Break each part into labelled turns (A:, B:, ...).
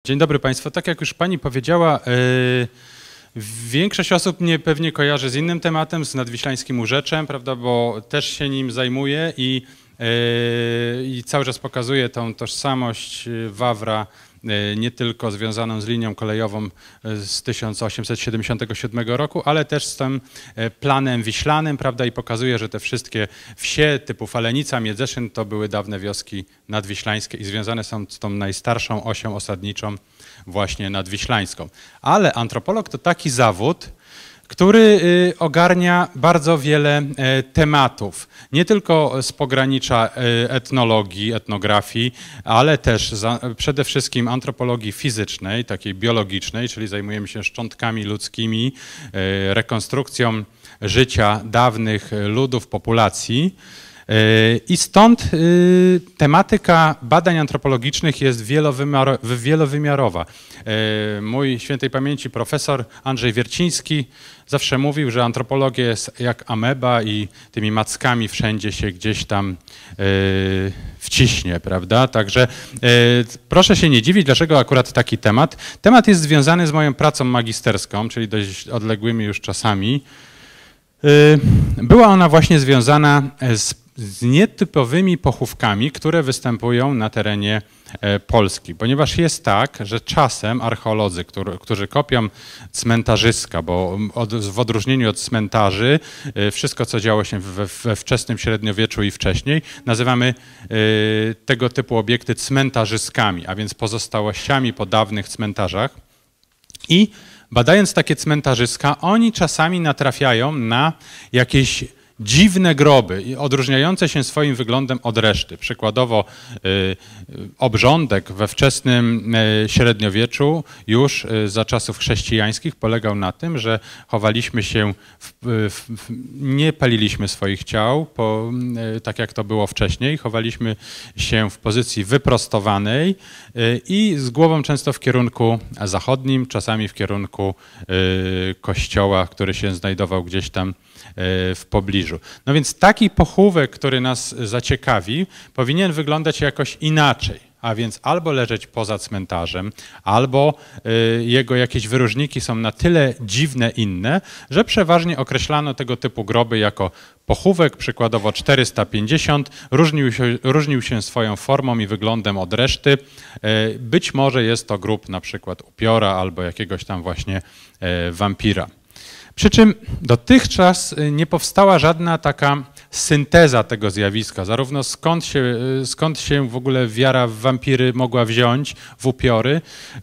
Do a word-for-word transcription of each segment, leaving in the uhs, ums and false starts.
A: Dzień dobry Państwu. Tak jak już Pani powiedziała, yy, większość osób mnie pewnie kojarzy z innym tematem, z Nadwiślańskim Urzeczem, prawda, bo też się nim zajmuję i, yy, i cały czas pokazuję tą tożsamość Wawra, nie tylko związaną z linią kolejową z tysiąc osiemset siedemdziesiątego siódmego roku, ale też z tym planem wiślanym, prawda, i pokazuje, że te wszystkie wsie typu Falenica, Miedzeszyn to były dawne wioski nadwiślańskie i związane są z tą najstarszą osią osadniczą właśnie nadwiślańską. Ale antropolog to taki zawód, który ogarnia bardzo wiele tematów, nie tylko z pogranicza etnologii, etnografii, ale też za, przede wszystkim antropologii fizycznej, takiej biologicznej, czyli zajmujemy się szczątkami ludzkimi, rekonstrukcją życia dawnych ludów, populacji. I stąd tematyka badań antropologicznych jest wielowymiarowa. Mój świętej pamięci profesor Andrzej Wierciński zawsze mówił, że antropologia jest jak ameba i tymi mackami wszędzie się gdzieś tam wciśnie, prawda? Także proszę się nie dziwić, dlaczego akurat taki temat. Temat jest związany z moją pracą magisterską, czyli dość odległymi już czasami. Była ona właśnie związana z z nietypowymi pochówkami, które występują na terenie Polski. Ponieważ jest tak, że czasem archeolodzy, którzy, którzy kopią cmentarzyska, bo od, w odróżnieniu od cmentarzy wszystko, co działo się we, we wczesnym średniowieczu i wcześniej, nazywamy y, tego typu obiekty cmentarzyskami, a więc pozostałościami po dawnych cmentarzach. I badając takie cmentarzyska, oni czasami natrafiają na jakieś dziwne groby, odróżniające się swoim wyglądem od reszty. Przykładowo y, obrządek we wczesnym y, średniowieczu już y, za czasów chrześcijańskich polegał na tym, że chowaliśmy się, w, w, w, nie paliliśmy swoich ciał, po, y, tak jak to było wcześniej, chowaliśmy się w pozycji wyprostowanej y, i z głową często w kierunku zachodnim, czasami w kierunku y, kościoła, który się znajdował gdzieś tam w pobliżu. No więc taki pochówek, który nas zaciekawi, powinien wyglądać jakoś inaczej, a więc albo leżeć poza cmentarzem, albo jego jakieś wyróżniki są na tyle dziwne, inne, że przeważnie określano tego typu groby jako pochówek, przykładowo czterysta pięćdziesiąt, różnił się, różnił się swoją formą i wyglądem od reszty. Być może jest to grób na przykład upiora albo jakiegoś tam właśnie wampira. Przy czym dotychczas nie powstała żadna taka synteza tego zjawiska, zarówno skąd się, skąd się w ogóle wiara w wampiry mogła wziąć, w upiory,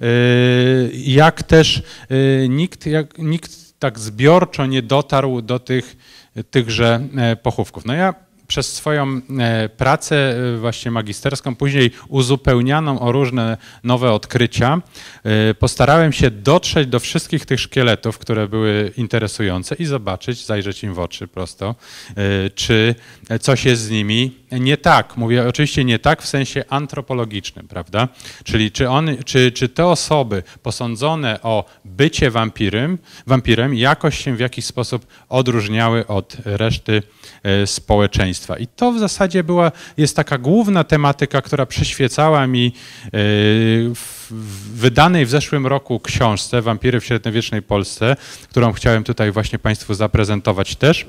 A: jak też nikt, jak, nikt tak zbiorczo nie dotarł do tych, tychże pochówków. No ja przez swoją pracę właśnie magisterską, później uzupełnianą o różne nowe odkrycia, postarałem się dotrzeć do wszystkich tych szkieletów, które były interesujące i zobaczyć, zajrzeć im w oczy prosto, czy coś jest z nimi nie tak. Mówię oczywiście nie tak w sensie antropologicznym, prawda? Czyli czy, on, czy, czy te osoby posądzone o bycie wampirem, wampirem jakoś się w jakiś sposób odróżniały od reszty społeczeństwa. I to w zasadzie była, jest taka główna tematyka, która przyświecała mi w wydanej w zeszłym roku książce Wampiry w średniowiecznej Polsce, którą chciałem tutaj właśnie Państwu zaprezentować też.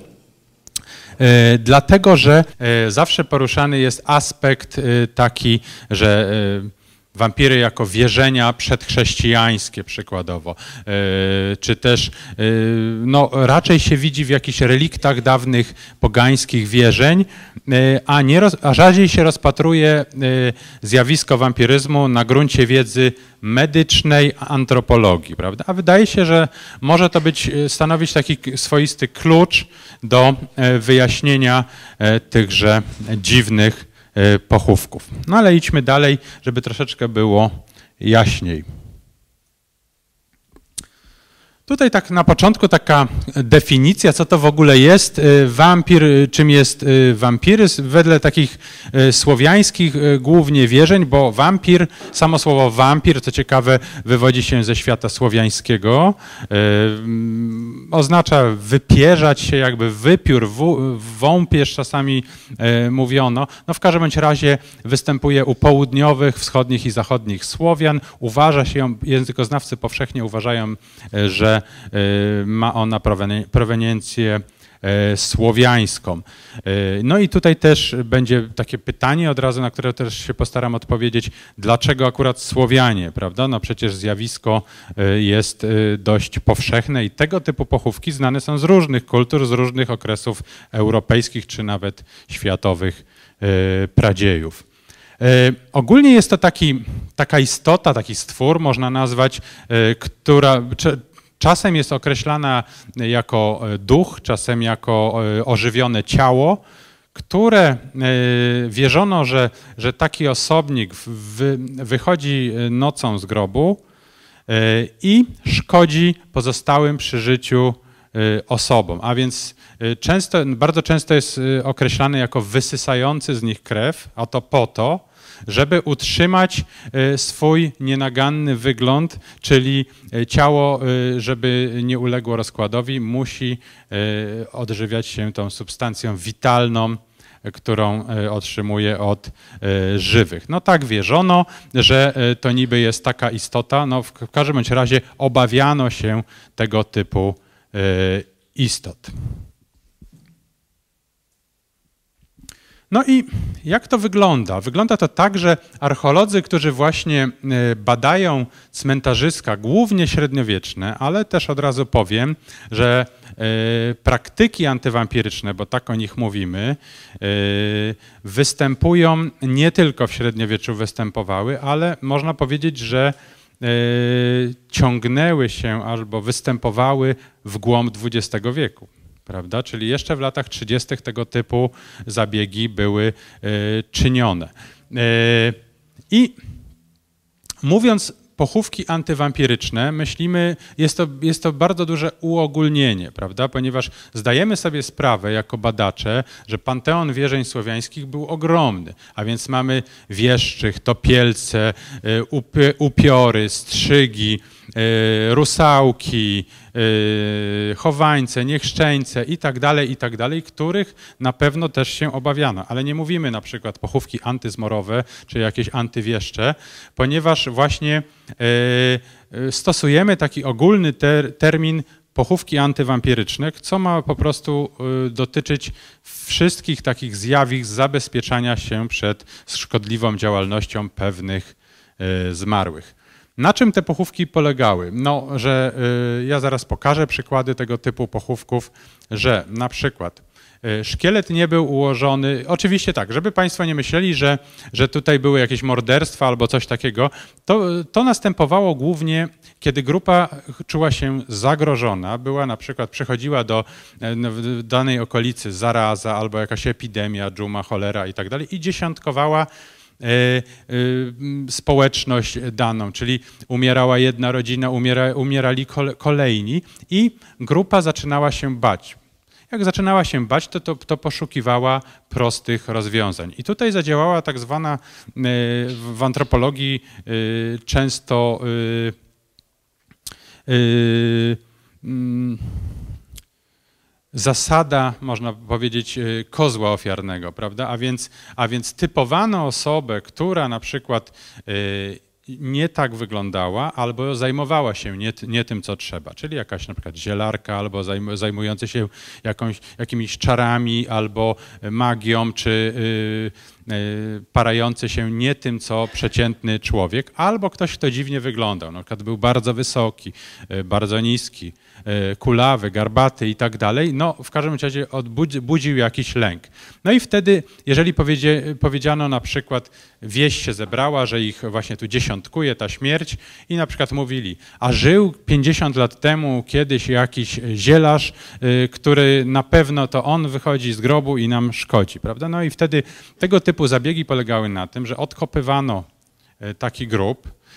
A: Dlatego, że zawsze poruszany jest aspekt taki, że wampiry jako wierzenia przedchrześcijańskie przykładowo, czy też no, raczej się widzi w jakichś reliktach dawnych pogańskich wierzeń, a, nie roz, a rzadziej się rozpatruje zjawisko wampiryzmu na gruncie wiedzy medycznej antropologii, prawda? A wydaje się, że może to być, stanowić taki swoisty klucz do wyjaśnienia tychże dziwnych pochówków. No ale idźmy dalej, żeby troszeczkę było jaśniej. Tutaj tak na początku taka definicja, co to w ogóle jest wampir, czym jest wampiryzm, wedle takich słowiańskich głównie wierzeń, bo wampir, samo słowo wampir, co ciekawe, wywodzi się ze świata słowiańskiego, oznacza wypierzać się, jakby wypiór, wąpierz czasami mówiono. No w każdym bądź razie występuje u południowych, wschodnich i zachodnich Słowian. Uważa się, językoznawcy powszechnie uważają, że ma ona proweniencję słowiańską. No i tutaj też będzie takie pytanie od razu, na które też się postaram odpowiedzieć, dlaczego akurat Słowianie, prawda? No przecież zjawisko jest dość powszechne i tego typu pochówki znane są z różnych kultur, z różnych okresów europejskich czy nawet światowych pradziejów. Ogólnie jest to taki, taka istota, taki stwór, można nazwać, która czasem jest określana jako duch, czasem jako ożywione ciało, które wierzono, że, że taki osobnik wy, wychodzi nocą z grobu i szkodzi pozostałym przy życiu osobom, a więc często, bardzo często jest określany jako wysysający z nich krew, a to po to, żeby utrzymać swój nienaganny wygląd, czyli ciało, żeby nie uległo rozkładowi, musi odżywiać się tą substancją witalną, którą otrzymuje od żywych. No tak wierzono, że to niby jest taka istota, no w każdym bądź razie obawiano się tego typu istot. No i jak to wygląda? Wygląda to tak, że archeolodzy, którzy właśnie badają cmentarzyska, głównie średniowieczne, ale też od razu powiem, że praktyki antywampiryczne, bo tak o nich mówimy, występują nie tylko w średniowieczu występowały, ale można powiedzieć, że ciągnęły się albo występowały w głąb dwudziestego wieku. Prawda? Czyli jeszcze w latach trzydziestych tego typu zabiegi były czynione. I mówiąc pochówki antywampiryczne, myślimy, jest to, jest to bardzo duże uogólnienie, prawda? Ponieważ zdajemy sobie sprawę jako badacze, że panteon wierzeń słowiańskich był ogromny, a więc mamy wieszczych, topielce, upiory, strzygi, rusałki, chowańce, niechrzczeńce i tak dalej, i tak dalej, których na pewno też się obawiano. Ale nie mówimy na przykład pochówki antyzmorowe czy jakieś antywieszcze, ponieważ właśnie stosujemy taki ogólny ter termin pochówki antywampiryczne, co ma po prostu dotyczyć wszystkich takich zjawisk zabezpieczania się przed szkodliwą działalnością pewnych zmarłych. Na czym te pochówki polegały? No, że y, ja zaraz pokażę przykłady tego typu pochówków, że na przykład y, szkielet nie był ułożony, oczywiście tak, żeby Państwo nie myśleli, że, że tutaj były jakieś morderstwa albo coś takiego, to, to następowało głównie, kiedy grupa czuła się zagrożona, była na przykład, przychodziła do w danej okolicy zaraza albo jakaś epidemia, dżuma, cholera i tak dalej i dziesiątkowała społeczność daną, czyli umierała jedna rodzina, umiera, umierali kolejni i grupa zaczynała się bać. Jak zaczynała się bać, to, to, to poszukiwała prostych rozwiązań. I tutaj zadziałała tak zwana w antropologii często zasada, można powiedzieć, kozła ofiarnego, prawda? A więc, a więc typowano osobę, która na przykład nie tak wyglądała albo zajmowała się nie, nie tym, co trzeba, czyli jakaś na przykład zielarka albo zajm, zajmujący się jakąś, jakimiś czarami albo magią, czy yy, yy, parający się nie tym, co przeciętny człowiek, albo ktoś, kto dziwnie wyglądał, na przykład był bardzo wysoki, yy, bardzo niski, kulawy, garbaty i tak dalej, no w każdym razie budził jakiś lęk. No i wtedy, jeżeli powiedzie, powiedziano na przykład, wieś się zebrała, że ich właśnie tu dziesiątkuje ta śmierć i na przykład mówili, a żył pięćdziesiąt lat temu kiedyś jakiś zielarz, który na pewno to on wychodzi z grobu i nam szkodzi, prawda? No i wtedy tego typu zabiegi polegały na tym, że odkopywano taki grób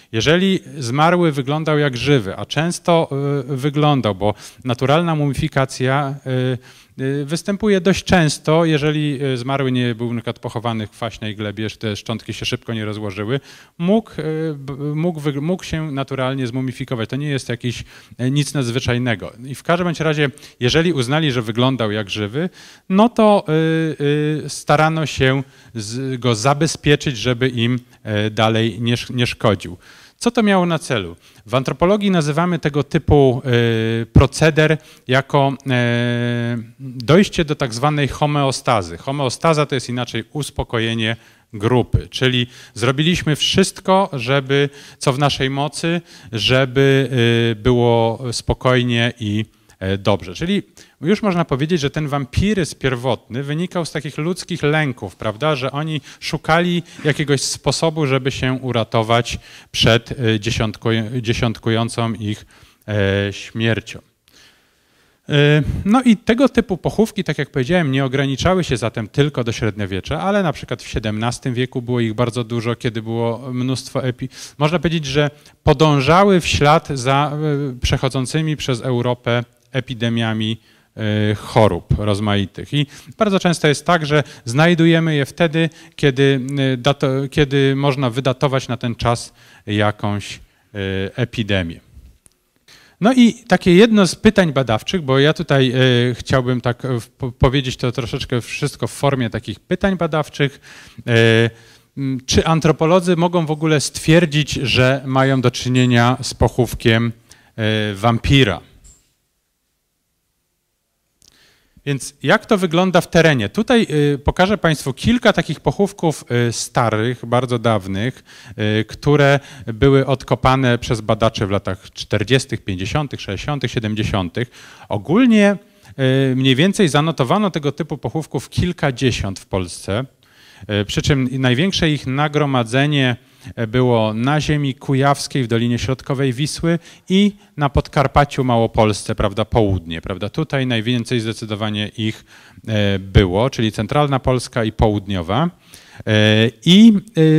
A: Jeżeli zmarły wyglądał jak żywy, a często wyglądał, bo naturalna mumifikacja występuje dość często, jeżeli zmarły nie był na przykład pochowany w kwaśnej glebie, że te szczątki się szybko nie rozłożyły, mógł, mógł, mógł się naturalnie zmumifikować. To nie jest jakiś nic nadzwyczajnego. I w każdym bądź razie, jeżeli uznali, że wyglądał jak żywy, no to starano się go zabezpieczyć, żeby im dalej nie, nie szkodził. Co to miało na celu? W antropologii nazywamy tego typu y, proceder jako y, dojście do tak zwanej homeostazy. Homeostaza to jest inaczej uspokojenie grupy, czyli zrobiliśmy wszystko, żeby, co w naszej mocy, żeby y, było spokojnie i dobrze. Czyli już można powiedzieć, że ten wampiryzm pierwotny wynikał z takich ludzkich lęków, prawda, że oni szukali jakiegoś sposobu, żeby się uratować przed dziesiątkującą ich śmiercią. No i tego typu pochówki, tak jak powiedziałem, nie ograniczały się zatem tylko do średniowiecza, ale na przykład w siedemnastym wieku było ich bardzo dużo, kiedy było mnóstwo epi... Można powiedzieć, że podążały w ślad za przechodzącymi przez Europę epidemiami chorób rozmaitych. I bardzo często jest tak, że znajdujemy je wtedy, kiedy, dato, kiedy można wydatować na ten czas jakąś epidemię. No i takie jedno z pytań badawczych, bo ja tutaj y, chciałbym tak y, powiedzieć to troszeczkę wszystko w formie takich pytań badawczych. Y, y, czy antropolodzy mogą w ogóle stwierdzić, że mają do czynienia z pochówkiem y, wampira? Więc jak to wygląda w terenie? Tutaj y, pokażę Państwu kilka takich pochówków y, starych, bardzo dawnych, y, które były odkopane przez badaczy w latach czterdziestych, pięćdziesiątych, sześćdziesiątych, siedemdziesiątych. Ogólnie y, mniej więcej zanotowano tego typu pochówków kilkadziesiąt w Polsce, y, przy czym największe ich nagromadzenie było na ziemi kujawskiej w Dolinie Środkowej Wisły i na Podkarpaciu Małopolsce, prawda, południe, prawda. Tutaj najwięcej zdecydowanie ich było, czyli centralna Polska i południowa. I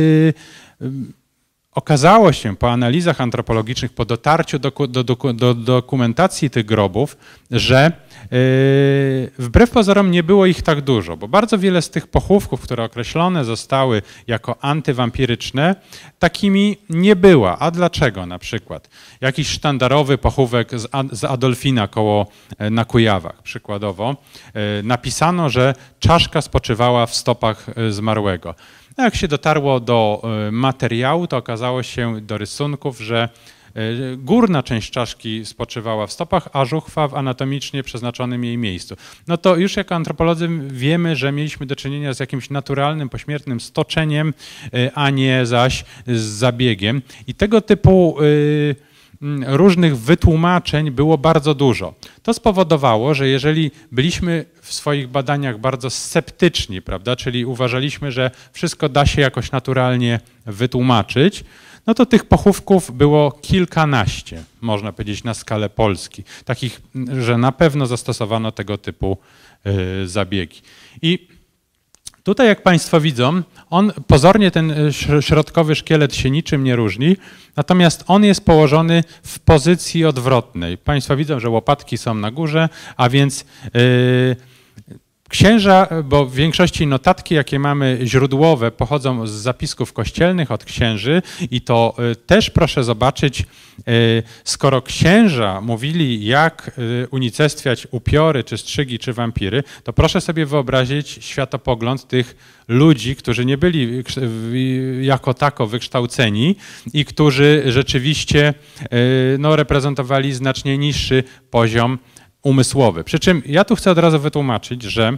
A: okazało się po analizach antropologicznych, po dotarciu do, do, do, do dokumentacji tych grobów, że yy, wbrew pozorom nie było ich tak dużo, bo bardzo wiele z tych pochówków, które określone zostały jako antywampiryczne, takimi nie była. A dlaczego na przykład? Jakiś sztandarowy pochówek z, z Adolfina koło na Kujawach przykładowo, yy, napisano, że czaszka spoczywała w stopach zmarłego. No jak się dotarło do materiału, to okazało się do rysunków, że górna część czaszki spoczywała w stopach, a żuchwa w anatomicznie przeznaczonym jej miejscu. No to już jako antropolodzy wiemy, że mieliśmy do czynienia z jakimś naturalnym, pośmiertnym stoczeniem, a nie zaś z zabiegiem. I tego typu różnych wytłumaczeń było bardzo dużo. To spowodowało, że jeżeli byliśmy w swoich badaniach bardzo sceptyczni, prawda, czyli uważaliśmy, że wszystko da się jakoś naturalnie wytłumaczyć, no to tych pochówków było kilkanaście, można powiedzieć, na skalę Polski. Takich, że na pewno zastosowano tego typu y, zabiegi. I tutaj, jak Państwo widzą, on pozornie ten środkowy szkielet się niczym nie różni, natomiast on jest położony w pozycji odwrotnej. Państwo widzą, że łopatki są na górze, a więc yy, księża, bo w większości notatki, jakie mamy źródłowe, pochodzą z zapisków kościelnych od księży i to też proszę zobaczyć, skoro księża mówili, jak unicestwiać upiory, czy strzygi, czy wampiry, to proszę sobie wyobrazić światopogląd tych ludzi, którzy nie byli jako tako wykształceni i którzy rzeczywiście no, reprezentowali znacznie niższy poziom umysłowy. Przy czym ja tu chcę od razu wytłumaczyć, że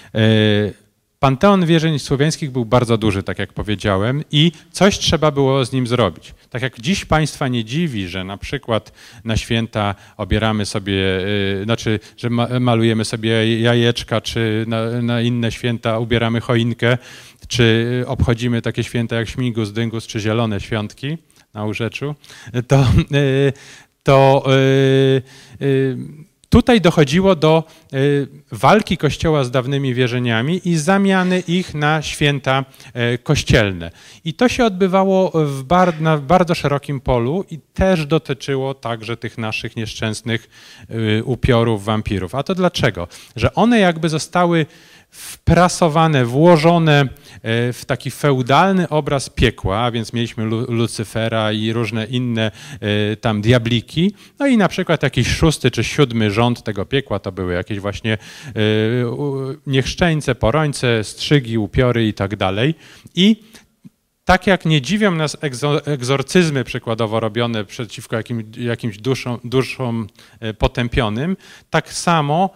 A: panteon wierzeń słowiańskich był bardzo duży, tak jak powiedziałem, i coś trzeba było z nim zrobić. Tak jak dziś Państwa nie dziwi, że na przykład na święta obieramy sobie, znaczy, że malujemy sobie jajeczka, czy na, na inne święta ubieramy choinkę, czy obchodzimy takie święta jak Śmigus, Dyngus, czy Zielone Świątki na Urzeczu, to, to yy, yy, tutaj dochodziło do walki Kościoła z dawnymi wierzeniami i zamiany ich na święta kościelne. I to się odbywało w bar na bardzo szerokim polu i też dotyczyło także tych naszych nieszczęsnych upiorów, wampirów. A to dlaczego? Że one jakby zostały wprasowane, włożone w taki feudalny obraz piekła, a więc mieliśmy Lucyfera i różne inne tam diabliki, no i na przykład jakiś szósty czy siódmy rząd tego piekła to były jakieś właśnie niechrzczeńce, porońce, strzygi, upiory i tak dalej. I tak jak nie dziwią nas egzorcyzmy przykładowo robione przeciwko jakim, jakimś duszom, duszom potępionym, tak samo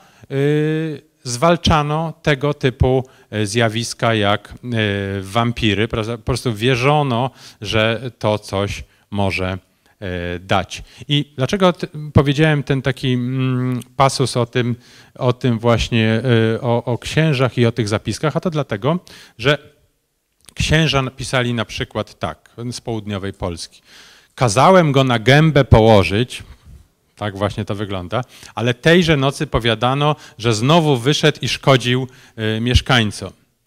A: zwalczano tego typu zjawiska jak wampiry. Po prostu wierzono, że to coś może dać. I dlaczego powiedziałem ten taki pasus o tym, o tym właśnie, o, o księżach i o tych zapiskach? A to dlatego, że księża napisali na przykład tak, z południowej Polski. Kazałem go na gębę położyć, tak właśnie to wygląda, ale tejże nocy powiadano, że znowu wyszedł i szkodził y, mieszkańcom.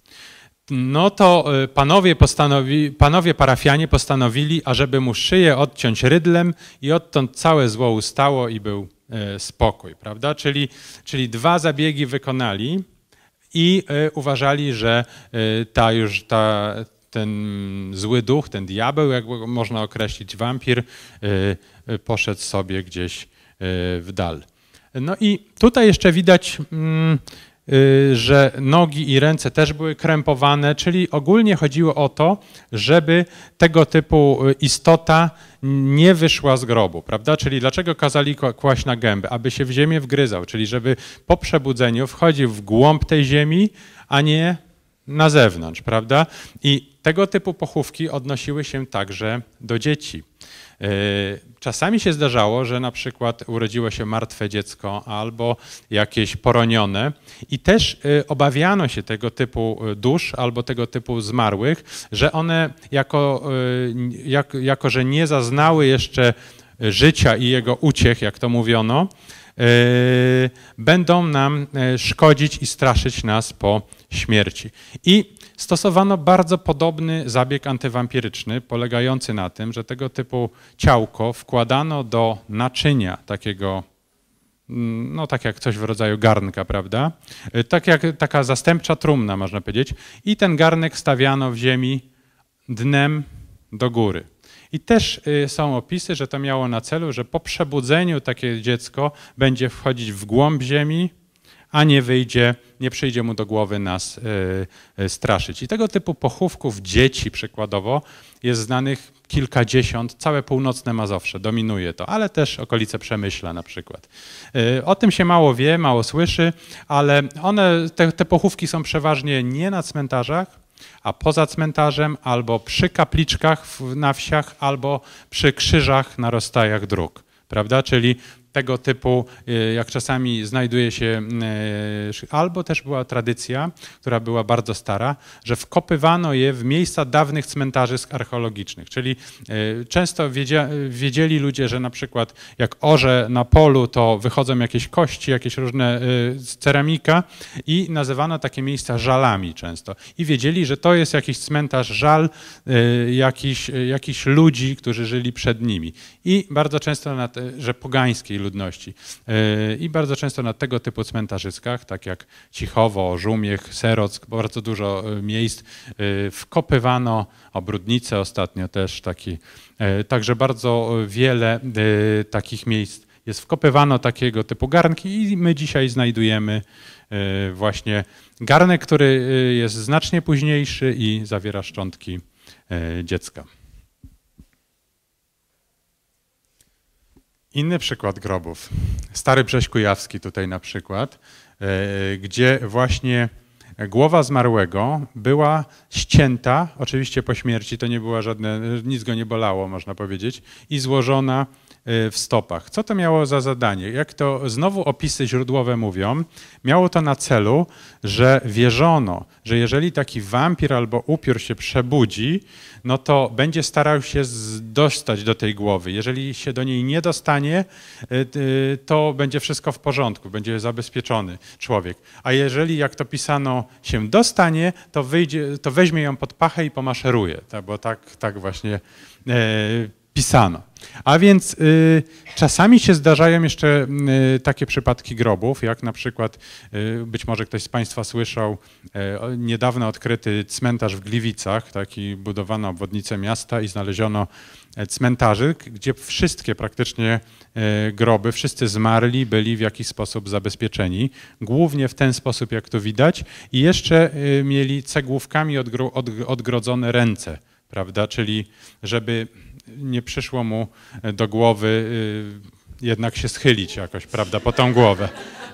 A: No to y, panowie, postanowi, panowie parafianie postanowili, ażeby mu szyję odciąć rydlem i odtąd całe zło ustało i był y, spokój, prawda? Czyli, czyli dwa zabiegi wykonali i y, uważali, że y, ta już ta, ten zły duch, ten diabeł, jak można określić, wampir, y, y, poszedł sobie gdzieś w dal. No i tutaj jeszcze widać, że nogi i ręce też były krępowane, czyli ogólnie chodziło o to, żeby tego typu istota nie wyszła z grobu, prawda? Czyli dlaczego kazali kłaść na gębę? Aby się w ziemię wgryzał, czyli żeby po przebudzeniu wchodził w głąb tej ziemi, a nie na zewnątrz, prawda? I tego typu pochówki odnosiły się także do dzieci. Czasami się zdarzało, że na przykład urodziło się martwe dziecko albo jakieś poronione i też obawiano się tego typu dusz albo tego typu zmarłych, że one jako, jako, jako że nie zaznały jeszcze życia i jego uciech, jak to mówiono, będą nam szkodzić i straszyć nas po śmierci. I stosowano bardzo podobny zabieg antywampiryczny, polegający na tym, że tego typu ciałko wkładano do naczynia takiego, no tak jak coś w rodzaju garnka, prawda? Tak jak taka zastępcza trumna, można powiedzieć. I ten garnek stawiano w ziemi dnem do góry. I też są opisy, że to miało na celu, że po przebudzeniu takie dziecko będzie wchodzić w głąb ziemi, a nie wyjdzie, nie przyjdzie mu do głowy nas y, straszyć. I tego typu pochówków dzieci przykładowo jest znanych kilkadziesiąt, całe północne Mazowsze, dominuje to, ale też okolice Przemyśla na przykład. Y, o tym się mało wie, mało słyszy, ale one, te, te pochówki są przeważnie nie na cmentarzach, a poza cmentarzem albo przy kapliczkach na wsiach, albo przy krzyżach na rozstajach dróg, prawda? Czyli tego typu, jak czasami znajduje się, albo też była tradycja, która była bardzo stara, że wkopywano je w miejsca dawnych cmentarzysk archeologicznych, czyli często wiedzieli ludzie, że na przykład jak orze na polu, to wychodzą jakieś kości, jakieś różne ceramika i nazywano takie miejsca żalami często. I wiedzieli, że to jest jakiś cmentarz żal jakichś, jakichś ludzi, którzy żyli przed nimi. I bardzo często, na te, że pogańskiej ludności. I bardzo często na tego typu cmentarzyskach, tak jak Cichowo, Żumiech, Serock, bardzo dużo miejsc wkopywano, Obródnice ostatnio też taki, także bardzo wiele takich miejsc jest wkopywano takiego typu garnki i my dzisiaj znajdujemy właśnie garnek, który jest znacznie późniejszy i zawiera szczątki dziecka. Inny przykład grobów. Stary Brześć Kujawski tutaj na przykład, gdzie właśnie głowa zmarłego była ścięta, oczywiście po śmierci, to nie była żadne, nic go nie bolało, można powiedzieć, i złożona w stopach. Co to miało za zadanie? Jak to znowu opisy źródłowe mówią, miało to na celu, że wierzono, że jeżeli taki wampir albo upiór się przebudzi, no to będzie starał się dostać do tej głowy. Jeżeli się do niej nie dostanie, to będzie wszystko w porządku, będzie zabezpieczony człowiek. A jeżeli, jak to pisano, się dostanie, to, wyjdzie, to weźmie ją pod pachę i pomaszeruje, bo tak, tak właśnie pisano. A więc y, czasami się zdarzają jeszcze y, takie przypadki grobów, jak na przykład, y, być może ktoś z Państwa słyszał, y, niedawno odkryty cmentarz w Gliwicach, taki budowano obwodnicę miasta i znaleziono cmentarzyk, gdzie wszystkie praktycznie y, groby, wszyscy zmarli byli w jakiś sposób zabezpieczeni, głównie w ten sposób, jak tu widać, i jeszcze y, mieli cegłówkami odgro, od, odgrodzone ręce, prawda, czyli żeby nie przyszło mu do głowy jednak się schylić jakoś, prawda, po tą głowę.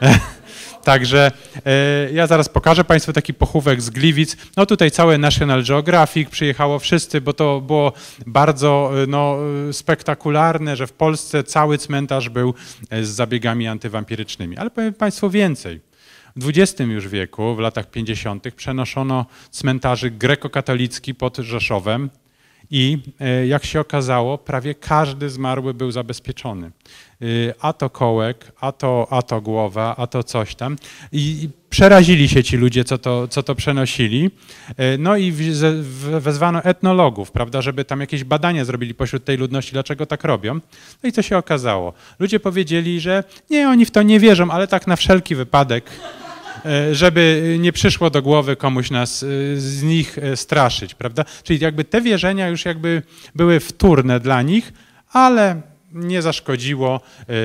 A: Także ja zaraz pokażę Państwu taki pochówek z Gliwic. No tutaj całe National Geographic przyjechało wszyscy, bo to było bardzo no, spektakularne, że w Polsce cały cmentarz był z zabiegami antywampirycznymi. Ale powiem Państwu więcej. W dwudziestym już wieku, w latach pięćdziesiątych przenoszono cmentarzyk grekokatolicki pod Rzeszowem i jak się okazało, prawie każdy zmarły był zabezpieczony. A to kołek, a to, a to głowa, a to coś tam. I przerazili się ci ludzie, co to, co to przenosili. No i wezwano etnologów, prawda, żeby tam jakieś badania zrobili pośród tej ludności, dlaczego tak robią. No i co się okazało? Ludzie powiedzieli, że nie, oni w to nie wierzą, ale tak na wszelki wypadek, żeby nie przyszło do głowy komuś nas z nich straszyć, prawda? Czyli jakby te wierzenia już jakby były wtórne dla nich, ale nie zaszkodziło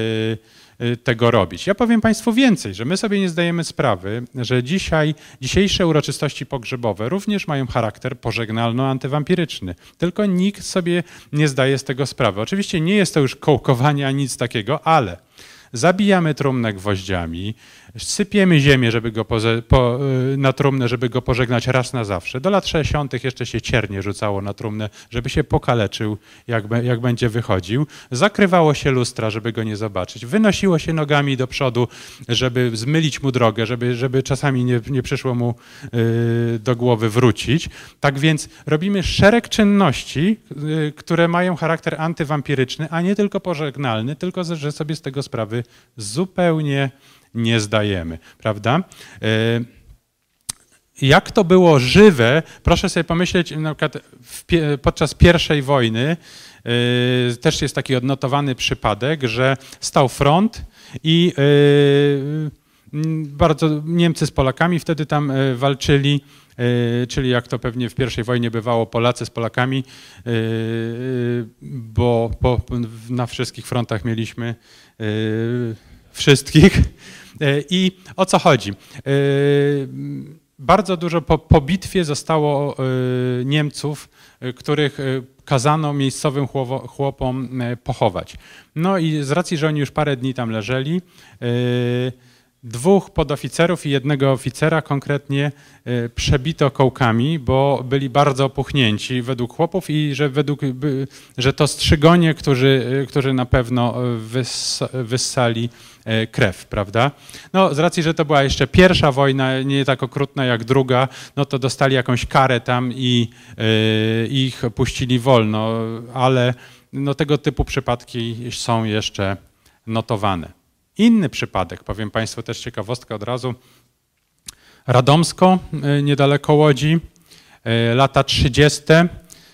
A: tego robić. Ja powiem Państwu więcej, że my sobie nie zdajemy sprawy, że dzisiaj, dzisiejsze uroczystości pogrzebowe również mają charakter pożegnalno-antywampiryczny. Tylko nikt sobie nie zdaje z tego sprawy. Oczywiście nie jest to już kołkowanie ani nic takiego, ale zabijamy trumnę gwoździami, sypiemy ziemię żeby go poze, po, na trumnę, żeby go pożegnać raz na zawsze. Do lat sześćdziesiątych jeszcze się ciernie rzucało na trumnę, żeby się pokaleczył, jak, jak będzie wychodził. Zakrywało się lustra, żeby go nie zobaczyć. Wynosiło się nogami do przodu, żeby zmylić mu drogę, żeby, żeby czasami nie, nie przyszło mu y, do głowy wrócić. Tak więc robimy szereg czynności, y, które mają charakter antywampiryczny, a nie tylko pożegnalny, tylko że sobie z tego sprawy zupełnie nie zdajemy, prawda? Jak to było żywe, proszę sobie pomyśleć, na przykład podczas pierwszej wojny też jest taki odnotowany przypadek, że stał front i bardzo Niemcy z Polakami wtedy tam walczyli, czyli jak to pewnie w pierwszej wojnie bywało, Polacy z Polakami, bo po, na wszystkich frontach mieliśmy wszystkich. I o co chodzi? Bardzo dużo po, po bitwie zostało Niemców, których kazano miejscowym chłopom pochować. No i z racji, że oni już parę dni tam leżeli, dwóch podoficerów i jednego oficera konkretnie przebito kołkami, bo byli bardzo opuchnięci według chłopów i że, według, że to strzygonie, którzy, którzy na pewno wyssali krew, prawda? No z racji, że to była jeszcze pierwsza wojna, nie tak okrutna jak druga, no to dostali jakąś karę tam i y, ich puścili wolno, ale no, tego typu przypadki są jeszcze notowane. Inny przypadek, powiem Państwu też ciekawostkę od razu. Radomsko, niedaleko Łodzi, lata trzydzieste.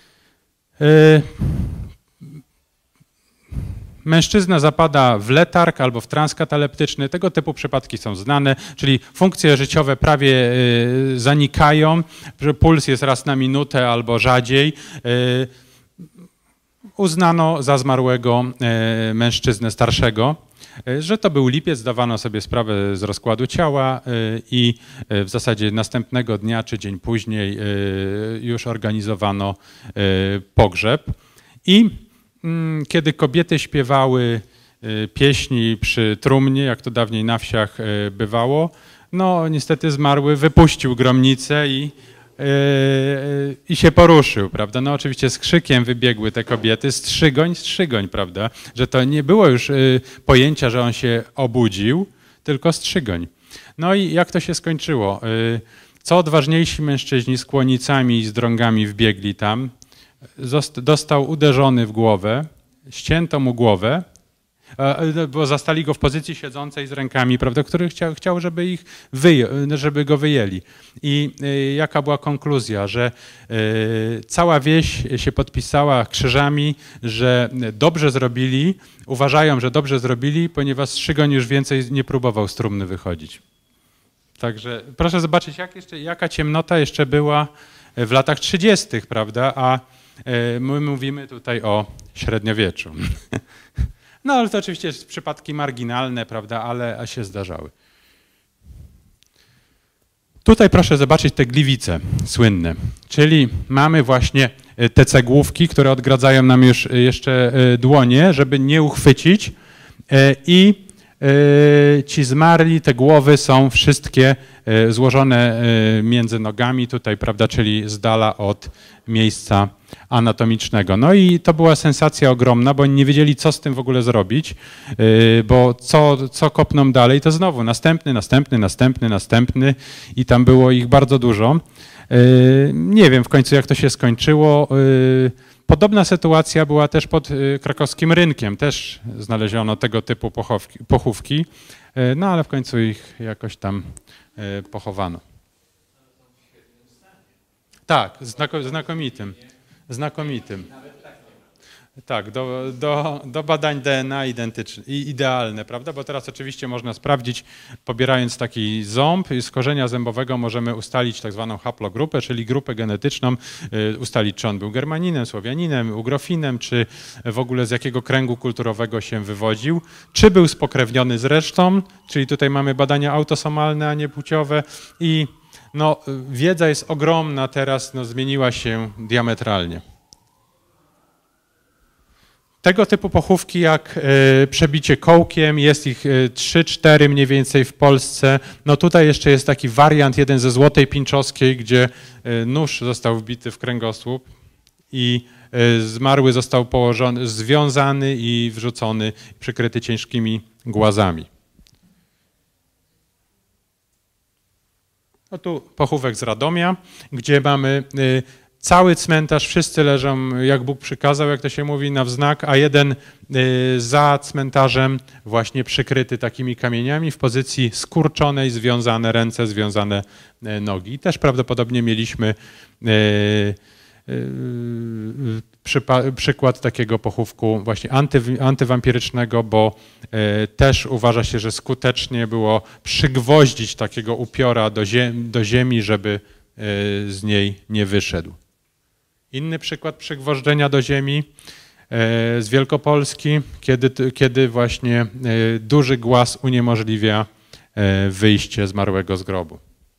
A: Mężczyzna zapada w letarg albo w trans kataleptyczny. Tego typu przypadki są znane, czyli funkcje życiowe prawie zanikają, puls jest raz na minutę albo rzadziej. Uznano za zmarłego mężczyznę starszego, że to był lipiec, zdawano sobie sprawę z rozkładu ciała i w zasadzie następnego dnia czy dzień później już organizowano pogrzeb. I kiedy kobiety śpiewały pieśni przy trumnie, jak to dawniej na wsiach bywało, no niestety zmarły wypuścił gromnicę i Yy, i się poruszył, prawda? No oczywiście z krzykiem wybiegły te kobiety, strzygoń, strzygoń, prawda? Że to nie było już yy, pojęcia, że on się obudził, tylko strzygoń. No i jak to się skończyło? Yy, co odważniejsi mężczyźni z kłonicami i z drągami wbiegli tam, zost- dostał uderzony w głowę, ścięto mu głowę, bo zastali go w pozycji siedzącej z rękami, prawda, który chciał, chciał żeby, ich wyje, żeby go wyjęli. I y, jaka była konkluzja, że y, cała wieś się podpisała krzyżami, że dobrze zrobili, uważają, że dobrze zrobili, ponieważ Strzygoń już więcej nie próbował z trumny wychodzić. Także proszę zobaczyć, jak jeszcze, jaka ciemnota jeszcze była w latach trzydziestych, prawda, a y, my mówimy tutaj o średniowieczu. No ale to oczywiście są przypadki marginalne, prawda, ale się zdarzały. Tutaj proszę zobaczyć te gliwice słynne, czyli mamy właśnie te cegłówki, które odgradzają nam już jeszcze dłonie, żeby nie uchwycić i ci zmarli, te głowy są wszystkie złożone między nogami tutaj, prawda, czyli z dala od miejsca anatomicznego. No i to była sensacja ogromna, bo oni nie wiedzieli, co z tym w ogóle zrobić, bo co, co kopną dalej, to znowu następny, następny, następny, następny i tam było ich bardzo dużo. Nie wiem w końcu, jak to się skończyło. Podobna sytuacja była też pod krakowskim rynkiem, też znaleziono tego typu pochówki, pochówki, no ale w końcu ich jakoś tam pochowano. Tak, znakomitym, znakomitym. Tak, do, do, do badań D N A identyczne i idealne, prawda? Bo teraz oczywiście można sprawdzić, pobierając taki ząb z korzenia zębowego możemy ustalić tak zwaną haplogrupę, czyli grupę genetyczną, ustalić, czy on był Germaninem, Słowianinem, Ugrofinem, czy w ogóle z jakiego kręgu kulturowego się wywodził, czy był spokrewniony z resztą, czyli tutaj mamy badania autosomalne, a nie płciowe i no, wiedza jest ogromna teraz, no, zmieniła się diametralnie. Tego typu pochówki jak y, przebicie kołkiem, jest ich y, trzy cztery mniej więcej w Polsce. No tutaj jeszcze jest taki wariant, jeden ze Złotej Pińczowskiej, gdzie y, nóż został wbity w kręgosłup i y, zmarły został położony, związany i wrzucony, przykryty ciężkimi głazami. No tu pochówek z Radomia, gdzie mamy y, cały cmentarz, wszyscy leżą, jak Bóg przykazał, jak to się mówi, na wznak, a jeden y, za cmentarzem właśnie przykryty takimi kamieniami w pozycji skurczonej, związane ręce, związane y, nogi. I też prawdopodobnie mieliśmy y, y, przypa- przykład takiego pochówku właśnie anty, antywampirycznego, bo y, też uważa się, że skutecznie było przygwoździć takiego upiora do, ziem- do ziemi, żeby y, z niej nie wyszedł. Inny przykład przygwożdżenia do ziemi z Wielkopolski, kiedy, kiedy właśnie duży głaz uniemożliwia wyjście zmarłego z grobu.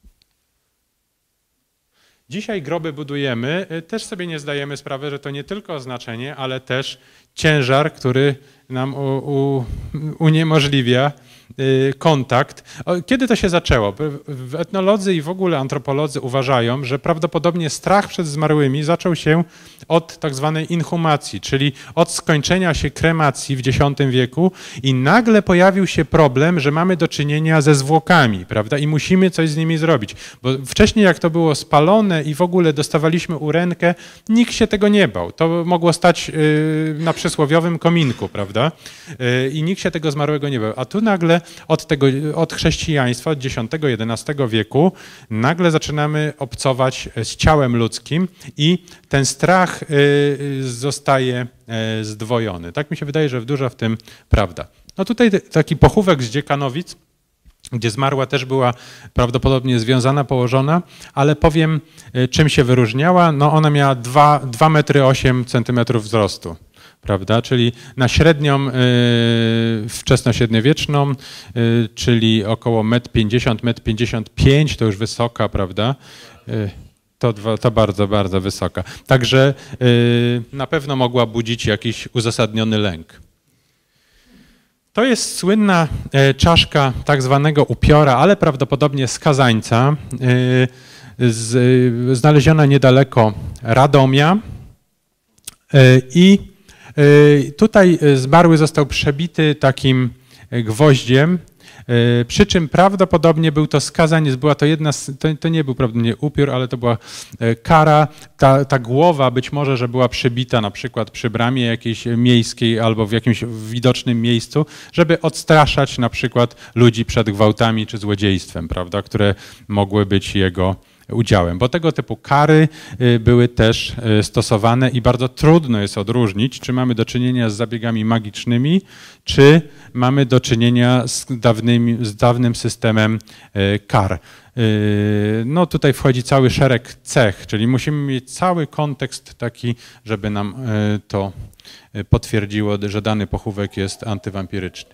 A: Dzisiaj groby budujemy, też sobie nie zdajemy sprawy, że to nie tylko oznaczenie, ale też ciężar, który nam u, u, uniemożliwia kontakt. Kiedy to się zaczęło? Etnolodzy i w ogóle antropolodzy uważają, że prawdopodobnie strach przed zmarłymi zaczął się od tak zwanej inhumacji, czyli od skończenia się kremacji w dziesiątym wieku i nagle pojawił się problem, że mamy do czynienia ze zwłokami, prawda? I musimy coś z nimi zrobić. Bo wcześniej jak to było spalone i w ogóle dostawaliśmy urękę, nikt się tego nie bał. To mogło stać na przysłowiowym kominku, prawda? I nikt się tego zmarłego nie bał. A tu nagle od, tego, od chrześcijaństwa, od dziesiątego jedenastego wieku, nagle zaczynamy obcować z ciałem ludzkim i ten strach zostaje zdwojony. Tak mi się wydaje, że dużo w tym prawda. No tutaj taki pochówek z Dziekanowic, gdzie zmarła też była prawdopodobnie związana, położona, ale powiem, czym się wyróżniała. No ona miała dwa metry osiem centymetrów wzrostu. Prawda? Czyli na średnią y, wczesnośredniowieczną, y, czyli około metr pięćdziesiąt, metr pięćdziesiąt pięć, to już wysoka, prawda? Y, to, to bardzo, bardzo wysoka. Także y, na pewno mogła budzić jakiś uzasadniony lęk. To jest słynna y, czaszka tak zwanego upiora, ale prawdopodobnie skazańca. Y, z, znaleziona niedaleko Radomia i tutaj zmarły został przebity takim gwoździem, przy czym prawdopodobnie był to skazaniec, była to jedna, to, to nie był prawdopodobnie upiór, ale to była kara, ta, ta głowa być może, że była przybita na przykład przy bramie jakiejś miejskiej albo w jakimś widocznym miejscu, żeby odstraszać na przykład ludzi przed gwałtami czy złodziejstwem, prawda, które mogły być jego udziałem, bo tego typu kary były też stosowane i bardzo trudno jest odróżnić, czy mamy do czynienia z zabiegami magicznymi, czy mamy do czynienia z, dawnymi, z dawnym systemem kar. No tutaj wchodzi cały szereg cech, czyli musimy mieć cały kontekst taki, żeby nam to potwierdziło, że dany pochówek jest antywampiryczny.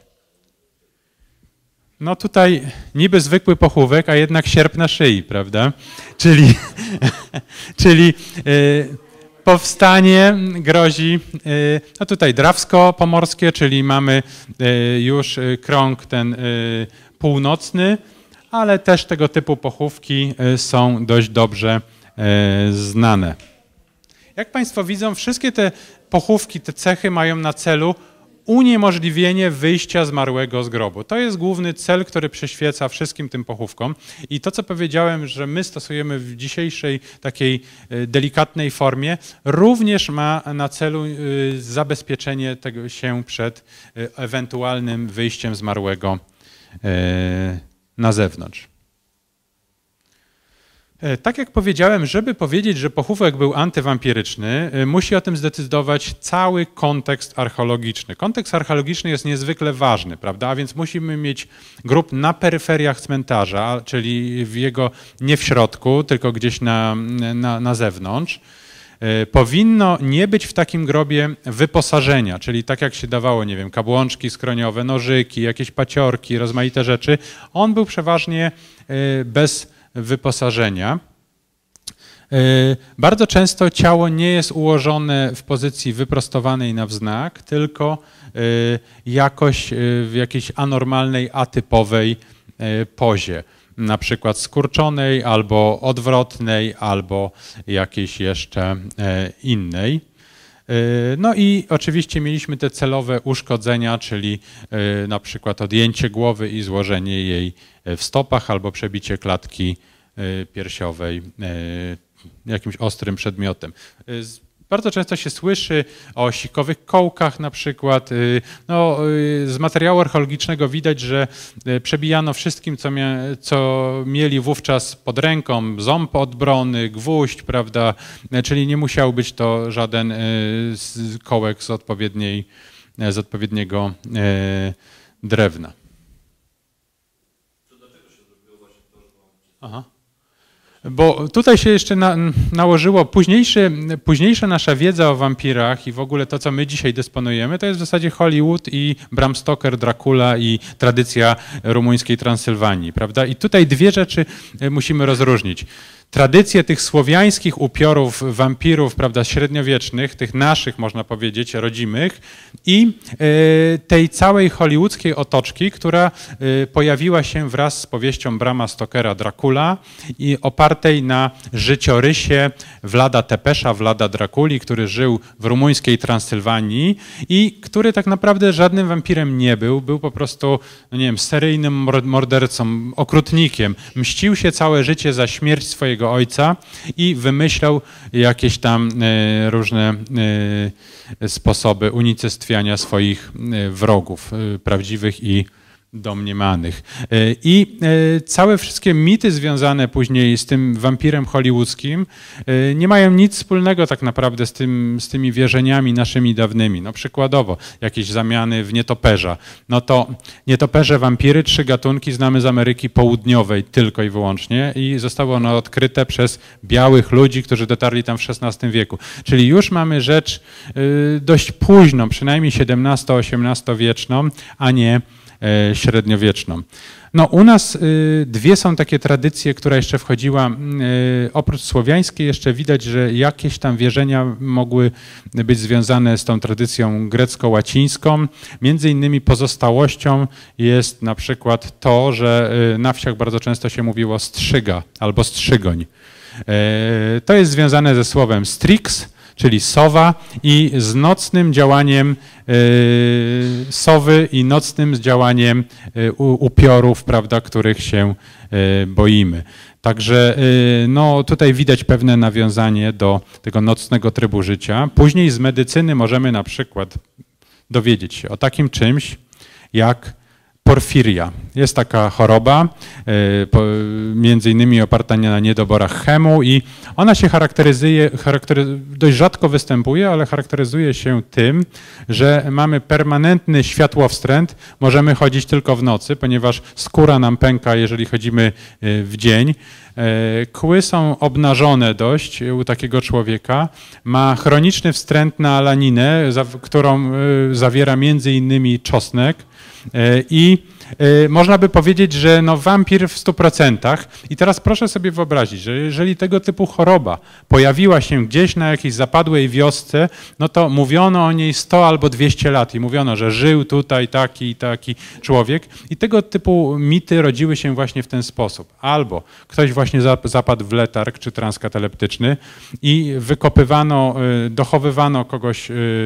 A: No tutaj niby zwykły pochówek, a jednak sierp na szyi, prawda? Czyli, czyli y, powstanie grozi, y, no tutaj drawsko-pomorskie, czyli mamy y, już krąg ten y, północny, ale też tego typu pochówki y, są dość dobrze y, znane. Jak Państwo widzą, wszystkie te pochówki, te cechy mają na celu uniemożliwienie wyjścia zmarłego z grobu. To jest główny cel, który przyświeca wszystkim tym pochówkom. I to, co powiedziałem, że my stosujemy w dzisiejszej takiej delikatnej formie, również ma na celu zabezpieczenie tego się przed ewentualnym wyjściem zmarłego na zewnątrz. Tak jak powiedziałem, żeby powiedzieć, że pochówek był antywampiryczny, musi o tym zdecydować cały kontekst archeologiczny. Kontekst archeologiczny jest niezwykle ważny, prawda? A więc musimy mieć grób na peryferiach cmentarza, czyli w jego nie w środku, tylko gdzieś na, na, na zewnątrz. Powinno nie być w takim grobie wyposażenia, czyli tak jak się dawało, nie wiem, kabłączki skroniowe, nożyki, jakieś paciorki, rozmaite rzeczy. On był przeważnie bez wyposażenia. Bardzo często ciało nie jest ułożone w pozycji wyprostowanej na wznak, tylko jakoś w jakiejś anormalnej, atypowej pozie. Na przykład skurczonej, albo odwrotnej, albo jakiejś jeszcze innej. No i oczywiście mieliśmy te celowe uszkodzenia, czyli na przykład odjęcie głowy i złożenie jej w stopach albo przebicie klatki piersiowej jakimś ostrym przedmiotem. Bardzo często się słyszy o sikowych kołkach na przykład. No, z materiału archeologicznego widać, że przebijano wszystkim, co, mia, co mieli wówczas pod ręką, ząb odbrony, gwóźdź, prawda, czyli nie musiał być to żaden kołek z, odpowiedniej, z odpowiedniego drewna. Aha. Bo tutaj się jeszcze na, nałożyło późniejsze, późniejsza nasza wiedza o wampirach i w ogóle to, co my dzisiaj dysponujemy, to jest w zasadzie Hollywood i Bram Stoker, Dracula i tradycja rumuńskiej Transylwanii, prawda? I tutaj dwie rzeczy musimy rozróżnić. Tradycje tych słowiańskich upiorów, wampirów, prawda, średniowiecznych, tych naszych, można powiedzieć, rodzimych i tej całej hollywoodzkiej otoczki, która pojawiła się wraz z powieścią Brama Stokera Dracula i opartej na życiorysie Vlada Tepesza, Vlada Draculi, który żył w rumuńskiej Transylwanii i który tak naprawdę żadnym wampirem nie był, był po prostu, no nie wiem, seryjnym mordercą, okrutnikiem. Mścił się całe życie za śmierć swojego ojca i wymyślał jakieś tam różne sposoby unicestwiania swoich wrogów, prawdziwych i domniemanych. I całe wszystkie mity związane później z tym wampirem hollywoodzkim nie mają nic wspólnego tak naprawdę z, tym, z tymi wierzeniami naszymi dawnymi. No przykładowo jakieś zamiany w nietoperza. No to nietoperze, wampiry, trzy gatunki znamy z Ameryki Południowej tylko i wyłącznie i zostało ono odkryte przez białych ludzi, którzy dotarli tam w szesnastym wieku. Czyli już mamy rzecz dość późną, przynajmniej siedemnasto-osiemnastowieczną, a nie średniowieczną. No, u nas dwie są takie tradycje, która jeszcze wchodziła, oprócz słowiańskiej jeszcze widać, że jakieś tam wierzenia mogły być związane z tą tradycją grecko-łacińską. Między innymi pozostałością jest na przykład to, że na wsiach bardzo często się mówiło strzyga albo strzygoń. To jest związane ze słowem strix, czyli sowa, i z nocnym działaniem sowy i nocnym działaniem upiorów, prawda, których się boimy. Także no, tutaj widać pewne nawiązanie do tego nocnego trybu życia. Później z medycyny możemy na przykład dowiedzieć się o takim czymś jak porfiria. Jest taka choroba, między innymi oparta na niedoborach chemu, i ona się charakteryzuje, charaktery, dość rzadko występuje, ale charakteryzuje się tym, że mamy permanentny światłowstręt, możemy chodzić tylko w nocy, ponieważ skóra nam pęka, jeżeli chodzimy w dzień. Kły są obnażone dość u takiego człowieka, ma chroniczny wstręt na alaninę, którą zawiera między innymi czosnek, i można by powiedzieć, że no wampir w stu procentach. I teraz proszę sobie wyobrazić, że jeżeli tego typu choroba pojawiła się gdzieś na jakiejś zapadłej wiosce, no to mówiono o niej sto albo dwieście lat i mówiono, że żył tutaj taki i taki człowiek. I tego typu mity rodziły się właśnie w ten sposób. Albo ktoś właśnie zapadł w letarg czy trans kataleptyczny i wykopywano, dochowywano kogoś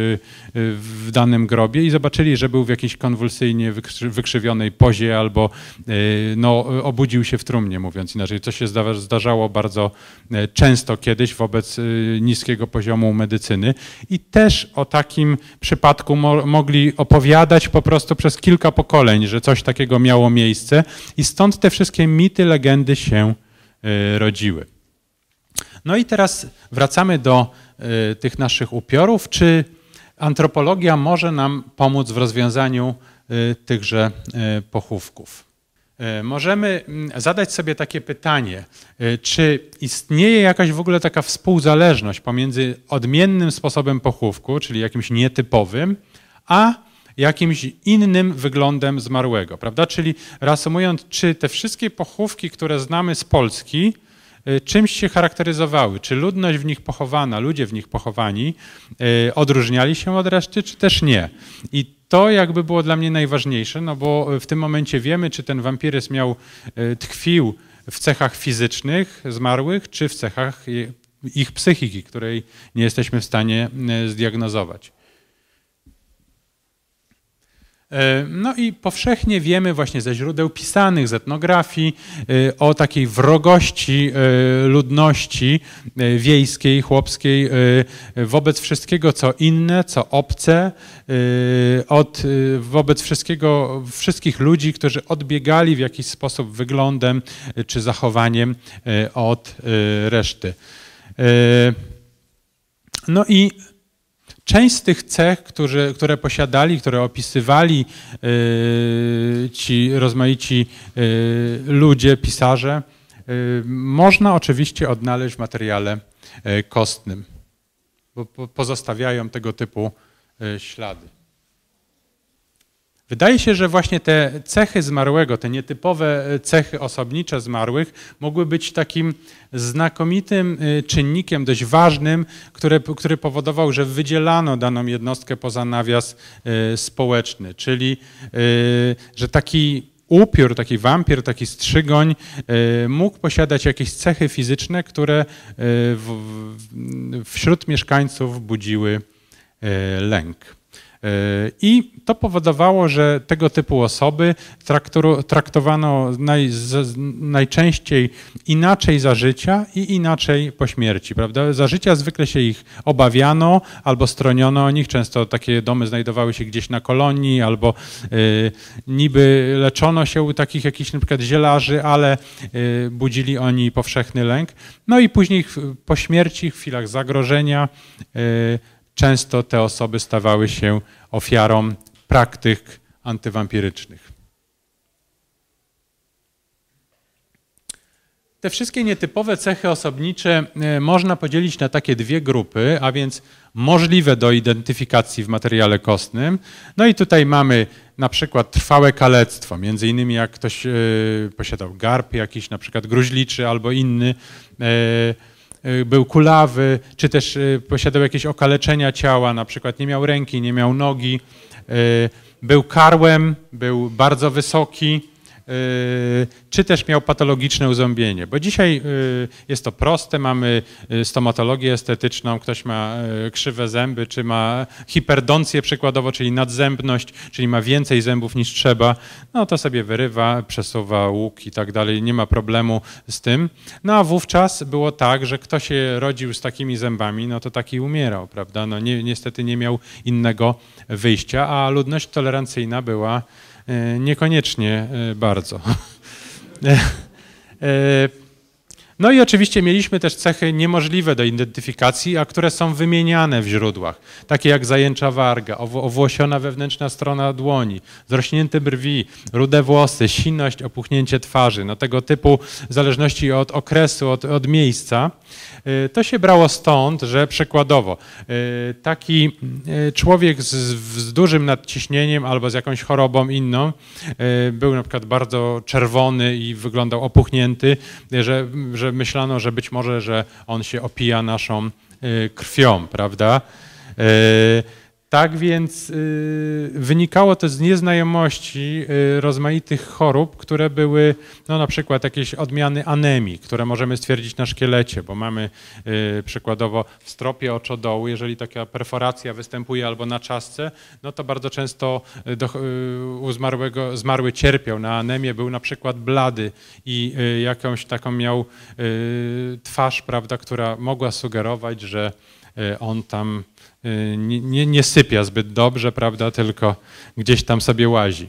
A: w danym grobie i zobaczyli, że był w jakiejś konwulsyjnie wykrzywionej pozie albo no, obudził się w trumnie, mówiąc inaczej. Co się zdarzało bardzo często kiedyś wobec niskiego poziomu medycyny. I też o takim przypadku mo mogli opowiadać po prostu przez kilka pokoleń, że coś takiego miało miejsce, i stąd te wszystkie mity, legendy się rodziły. No i teraz wracamy do tych naszych upiorów. Czy antropologia może nam pomóc w rozwiązaniu tychże pochówków? Możemy zadać sobie takie pytanie, czy istnieje jakaś w ogóle taka współzależność pomiędzy odmiennym sposobem pochówku, czyli jakimś nietypowym, a jakimś innym wyglądem zmarłego, prawda? Czyli reasumując, czy te wszystkie pochówki, które znamy z Polski, czymś się charakteryzowały? Czy ludność w nich pochowana, ludzie w nich pochowani odróżniali się od reszty, czy też nie? I to jakby było dla mnie najważniejsze, no bo w tym momencie wiemy, czy ten wampiryzm miał, tkwił w cechach fizycznych zmarłych, czy w cechach ich psychiki, której nie jesteśmy w stanie zdiagnozować. No i powszechnie wiemy właśnie ze źródeł pisanych, z etnografii o takiej wrogości ludności wiejskiej, chłopskiej wobec wszystkiego, co inne, co obce, od, wobec wszystkiego, wszystkich ludzi, którzy odbiegali w jakiś sposób wyglądem czy zachowaniem od reszty. No i część z tych cech, którzy, które posiadali, które opisywali yy, ci rozmaici yy, ludzie, pisarze, yy, można oczywiście odnaleźć w materiale yy, kostnym, bo po, pozostawiają tego typu yy, ślady. Wydaje się, że właśnie te cechy zmarłego, te nietypowe cechy osobnicze zmarłych mogły być takim znakomitym czynnikiem, dość ważnym, który, który powodował, że wydzielano daną jednostkę poza nawias społeczny. Czyli, że taki upiór, taki wampir, taki strzygoń mógł posiadać jakieś cechy fizyczne, które w, wśród mieszkańców budziły lęk. I to powodowało, że tego typu osoby traktowano naj, z, najczęściej inaczej za życia i inaczej po śmierci, prawda? Za życia zwykle się ich obawiano albo stroniono o nich. Często takie domy znajdowały się gdzieś na kolonii albo y, niby leczono się u takich jakichś na przykład zielarzy, ale y, budzili oni powszechny lęk. No i później po śmierci, w chwilach zagrożenia, y, często te osoby stawały się ofiarą praktyk antywampirycznych. Te wszystkie nietypowe cechy osobnicze można podzielić na takie dwie grupy, a więc możliwe do identyfikacji w materiale kostnym. No i tutaj mamy na przykład trwałe kalectwo, między innymi jak ktoś posiadał garb jakiś, na przykład gruźliczy albo inny, był kulawy, czy też posiadał jakieś okaleczenia ciała, na przykład nie miał ręki, nie miał nogi, był karłem, był bardzo wysoki, czy też miał patologiczne uzębienie. Bo dzisiaj jest to proste, mamy stomatologię estetyczną, ktoś ma krzywe zęby, czy ma hiperdoncję przykładowo, czyli nadzębność, czyli ma więcej zębów niż trzeba, no to sobie wyrywa, przesuwa łuk i tak dalej, nie ma problemu z tym. No a wówczas było tak, że kto się rodził z takimi zębami, no to taki umierał, prawda? No ni niestety nie miał innego wyjścia, a ludność tolerancyjna była niekoniecznie bardzo. No i oczywiście mieliśmy też cechy niemożliwe do identyfikacji, a które są wymieniane w źródłach, takie jak zajęcza warga, owłosiona wewnętrzna strona dłoni, zrośnięte brwi, rude włosy, siność, opuchnięcie twarzy, no tego typu w zależności od okresu, od, od miejsca. To się brało stąd, że przykładowo taki człowiek z, z dużym nadciśnieniem albo z jakąś chorobą inną był na przykład bardzo czerwony i wyglądał opuchnięty, że, że myślano, że być może, że on się opija naszą krwią, prawda? Tak więc wynikało to z nieznajomości rozmaitych chorób, które były no na przykład jakieś odmiany anemii, które możemy stwierdzić na szkielecie, bo mamy przykładowo w stropie oczodołu, jeżeli taka perforacja występuje albo na czaszce, no to bardzo często do, u zmarłego, zmarły cierpiał na anemię, był na przykład blady i jakąś taką miał twarz, prawda, która mogła sugerować, że on tam nie, nie, nie sypia zbyt dobrze, prawda, tylko gdzieś tam sobie łazi.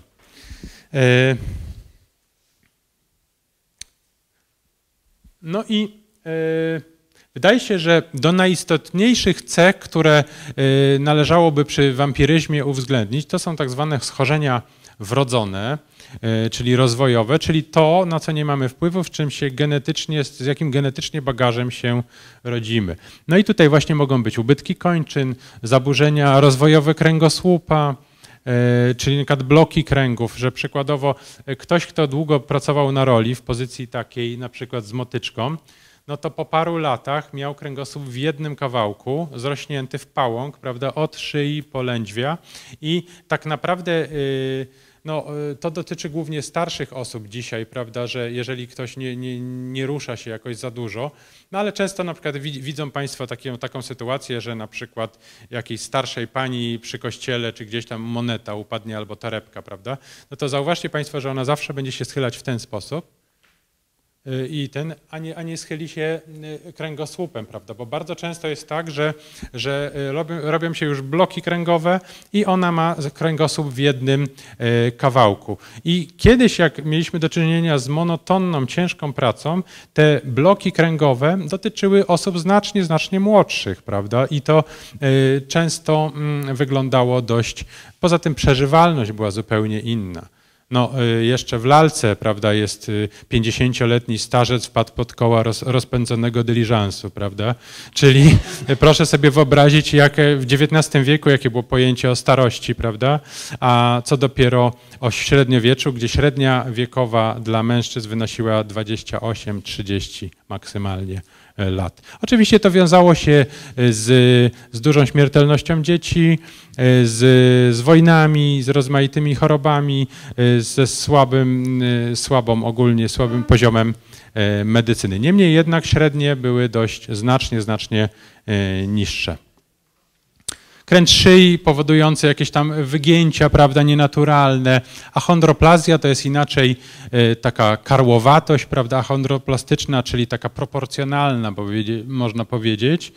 A: No i wydaje się, że do najistotniejszych cech, które należałoby przy wampiryzmie uwzględnić, to są tak zwane schorzenia wrodzone, czyli rozwojowe, czyli to, na co nie mamy wpływu, w czym się genetycznie, z jakim genetycznie bagażem się rodzimy. No i tutaj właśnie mogą być ubytki kończyn, zaburzenia rozwojowe kręgosłupa, czyli na przykład bloki kręgów, że przykładowo ktoś, kto długo pracował na roli w pozycji takiej na przykład z motyczką, no to po paru latach miał kręgosłup w jednym kawałku, zrośnięty w pałąk, prawda, od szyi po lędźwia i tak naprawdę no, to dotyczy głównie starszych osób dzisiaj, prawda, że jeżeli ktoś nie, nie, nie rusza się jakoś za dużo, no ale często na przykład widzą Państwo taką, taką sytuację, że na przykład jakiejś starszej pani przy kościele, czy gdzieś tam moneta upadnie albo torebka, prawda, no to zauważcie Państwo, że ona zawsze będzie się schylać w ten sposób, i ten, a nie, a nie schyli się kręgosłupem, prawda? Bo bardzo często jest tak, że, że robią, robią się już bloki kręgowe i ona ma kręgosłup w jednym kawałku. I kiedyś, jak mieliśmy do czynienia z monotonną, ciężką pracą, te bloki kręgowe dotyczyły osób znacznie, znacznie młodszych, prawda? I to często wyglądało dość, poza tym przeżywalność była zupełnie inna. No, jeszcze w lalce, prawda, jest pięćdziesięcioletni starzec wpadł pod koła roz, rozpędzonego dyliżansu, prawda? Czyli proszę sobie wyobrazić, jak w dziewiętnastym wieku, jakie było pojęcie o starości, prawda? A co dopiero o średniowieczu, gdzie średnia wiekowa dla mężczyzn wynosiła dwadzieścia osiem trzydzieści maksymalnie lat. Oczywiście to wiązało się z, z dużą śmiertelnością dzieci, z, z wojnami, z rozmaitymi chorobami, ze słabym, słabą ogólnie, słabym poziomem medycyny. Niemniej jednak średnie były dość znacznie, znacznie niższe. Kręt szyi powodujący jakieś tam wygięcia, prawda, nienaturalne, a chondroplazja to jest inaczej taka karłowatość, prawda, chondroplastyczna, czyli taka proporcjonalna, można powiedzieć.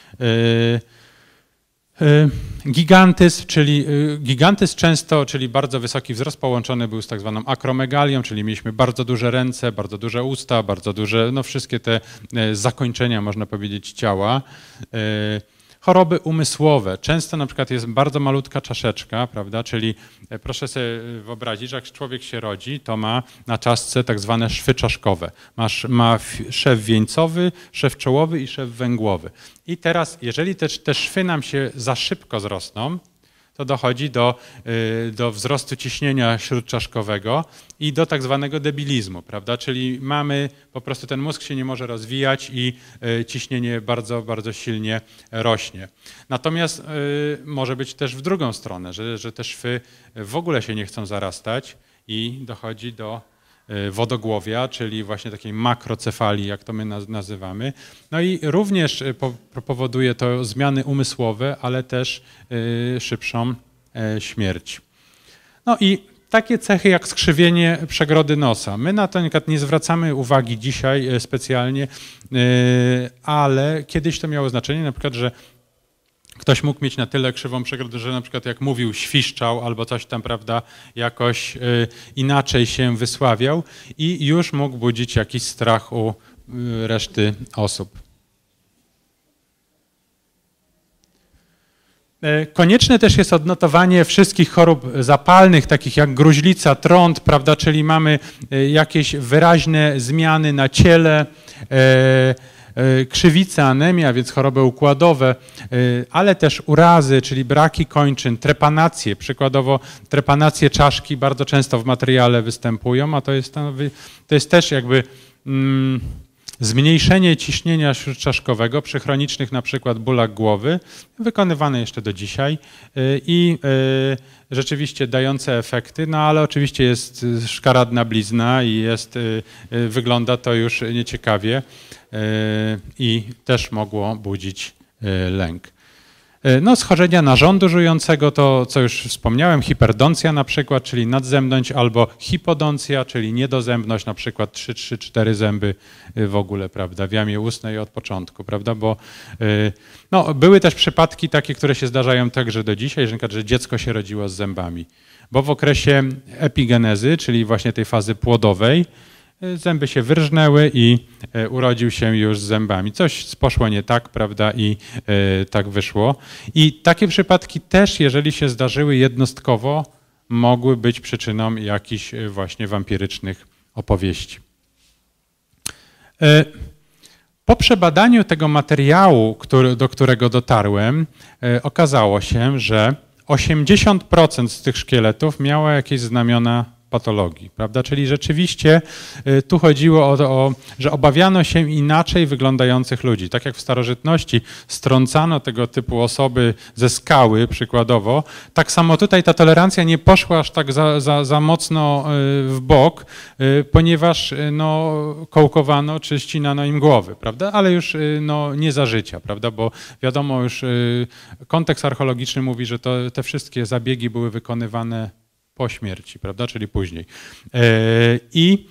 A: Gigantyzm, czyli gigantyzm często, czyli bardzo wysoki wzrost połączony był z tak zwaną akromegalią, czyli mieliśmy bardzo duże ręce, bardzo duże usta, bardzo duże, no wszystkie te zakończenia, można powiedzieć, ciała. Choroby umysłowe. Często na przykład jest bardzo malutka czaszeczka, prawda, czyli proszę sobie wyobrazić, że jak człowiek się rodzi, to ma na czaszce tak zwane szwy czaszkowe. Ma, ma szew wieńcowy, szew czołowy i szew węgłowy. I teraz, jeżeli te, te szwy nam się za szybko zrosną, to dochodzi do, do wzrostu ciśnienia śródczaszkowego i do tak zwanego debilizmu, prawda? Czyli mamy po prostu ten mózg się nie może rozwijać i ciśnienie bardzo, bardzo silnie rośnie. Natomiast może być też w drugą stronę, że, że te szwy w ogóle się nie chcą zarastać i dochodzi do wodogłowia, czyli właśnie takiej makrocefalii, jak to my nazywamy. No i również powoduje to zmiany umysłowe, ale też szybszą śmierć. No i takie cechy jak skrzywienie przegrody nosa. My na to nie zwracamy uwagi dzisiaj specjalnie, ale kiedyś to miało znaczenie, na przykład, że ktoś mógł mieć na tyle krzywą przegrodę, że na przykład jak mówił, świszczał albo coś tam, prawda, jakoś y, inaczej się wysławiał i już mógł budzić jakiś strach u y, reszty osób. Konieczne też jest odnotowanie wszystkich chorób zapalnych, takich jak gruźlica, trąd, prawda, czyli mamy jakieś wyraźne zmiany na ciele, krzywica, anemia, więc choroby układowe, ale też urazy, czyli braki kończyn, trepanacje, przykładowo trepanacje czaszki bardzo często w materiale występują, a to jest, to jest też jakby mm, zmniejszenie ciśnienia śródczaszkowego przy chronicznych na przykład bólach głowy, wykonywane jeszcze do dzisiaj i rzeczywiście dające efekty, no ale oczywiście jest szkaradna blizna i jest, wygląda to już nieciekawie i też mogło budzić lęk. No, schorzenia narządu żującego to, co już wspomniałem, hiperdoncja na przykład, czyli nadzębność, albo hipodoncja, czyli niedozębność, na przykład trzy, trzy, cztery zęby w ogóle, prawda, w jamie ustnej od początku, prawda, bo no, były też przypadki takie, które się zdarzają także do dzisiaj, że, na przykład, że dziecko się rodziło z zębami, bo w okresie epigenezy, czyli właśnie tej fazy płodowej, zęby się wyrżnęły i urodził się już z zębami. Coś poszło nie tak, prawda, i tak wyszło. I takie przypadki też, jeżeli się zdarzyły jednostkowo, mogły być przyczyną jakichś właśnie wampirycznych opowieści. Po przebadaniu tego materiału, który, do którego dotarłem, okazało się, że osiemdziesiąt procent z tych szkieletów miało jakieś znamiona patologii, prawda? Czyli rzeczywiście tu chodziło o to, że obawiano się inaczej wyglądających ludzi. Tak jak w starożytności strącano tego typu osoby ze skały przykładowo, tak samo tutaj ta tolerancja nie poszła aż tak za, za, za mocno w bok, ponieważ no, kołkowano czy ścinano im głowy, prawda? Ale już no, nie za życia, prawda? Bo wiadomo już kontekst archeologiczny mówi, że to, te wszystkie zabiegi były wykonywane po śmierci, prawda, czyli później. I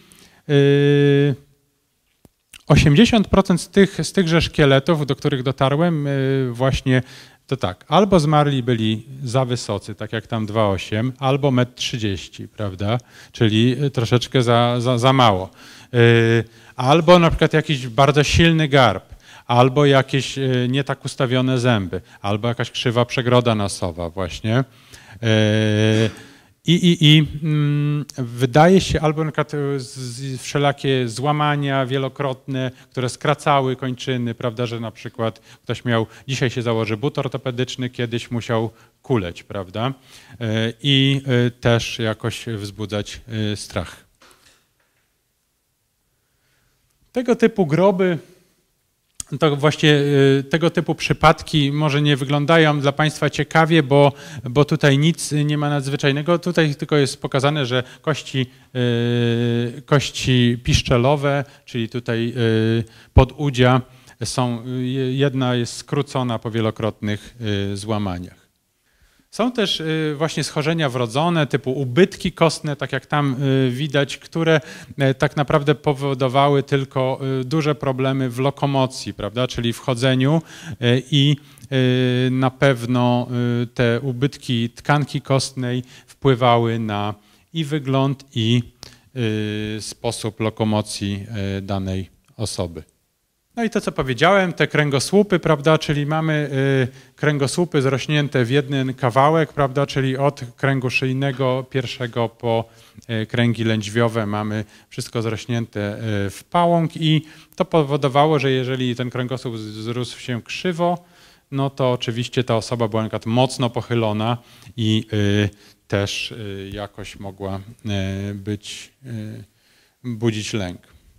A: osiemdziesiąt procent z, tych, z tychże szkieletów, do których dotarłem, właśnie to tak, albo zmarli byli za wysocy, tak jak tam dwa osiem, albo metr trzydzieści, prawda, czyli troszeczkę za, za, za mało. Albo na przykład jakiś bardzo silny garb, albo jakieś nie tak ustawione zęby, albo jakaś krzywa przegroda nosowa właśnie. I, i, i mm, wydaje się, albo na przykład z, wszelakie złamania wielokrotne, które skracały kończyny, prawda, że na przykład ktoś miał, dzisiaj się założy but ortopedyczny, kiedyś musiał kuleć, prawda, i też jakoś wzbudzać strach. Tego typu groby, to właśnie tego typu przypadki może nie wyglądają dla Państwa ciekawie, bo, bo tutaj nic nie ma nadzwyczajnego. Tutaj tylko jest pokazane, że kości, kości piszczelowe, czyli tutaj podudzia są, jedna jest skrócona po wielokrotnych złamaniach. Są też właśnie schorzenia wrodzone typu ubytki kostne, tak jak tam widać, które tak naprawdę powodowały tylko duże problemy w lokomocji, prawda, czyli w chodzeniu i na pewno te ubytki tkanki kostnej wpływały na i wygląd, i sposób lokomocji danej osoby. No i to, co powiedziałem, te kręgosłupy, prawda, czyli mamy kręgosłupy zrośnięte w jeden kawałek, prawda, czyli od kręgu szyjnego pierwszego po kręgi lędźwiowe mamy wszystko zrośnięte w pałąk i to powodowało, że jeżeli ten kręgosłup zrósł się krzywo, no to oczywiście ta osoba była na przykład mocno pochylona i y, też y, jakoś mogła y, być, y, budzić lęk.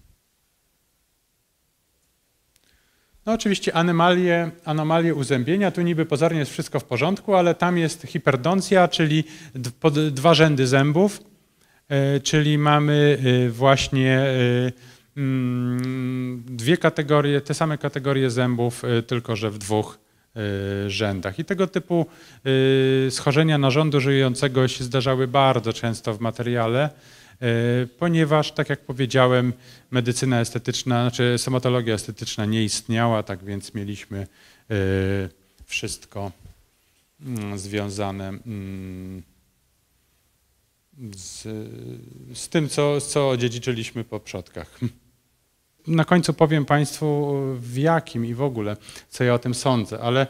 A: No oczywiście anomalie, anomalie uzębienia, tu niby pozornie jest wszystko w porządku, ale tam jest hiperdoncja, czyli dwa rzędy zębów, czyli mamy właśnie dwie kategorie, te same kategorie zębów, tylko że w dwóch rzędach. I tego typu schorzenia narządu żyjącego się zdarzały bardzo często w materiale, ponieważ, tak jak powiedziałem, medycyna estetyczna, znaczy stomatologia estetyczna nie istniała, tak więc mieliśmy wszystko związane z, z tym, co, co odziedziczyliśmy po przodkach. Na końcu powiem Państwu, w jakim i w ogóle, co ja o tym sądzę, ale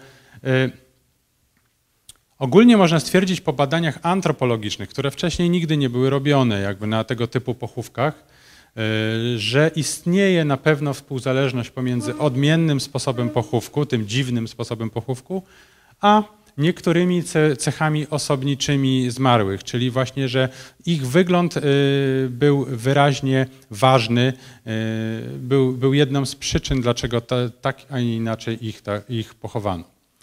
A: ogólnie można stwierdzić po badaniach antropologicznych, które wcześniej nigdy nie były robione jakby na tego typu pochówkach, że istnieje na pewno współzależność pomiędzy odmiennym sposobem pochówku, tym dziwnym sposobem pochówku, a niektórymi cechami osobniczymi zmarłych, czyli właśnie, że ich wygląd był wyraźnie ważny, był, był jedną z przyczyn, dlaczego tak, a nie inaczej ich, ich pochowano.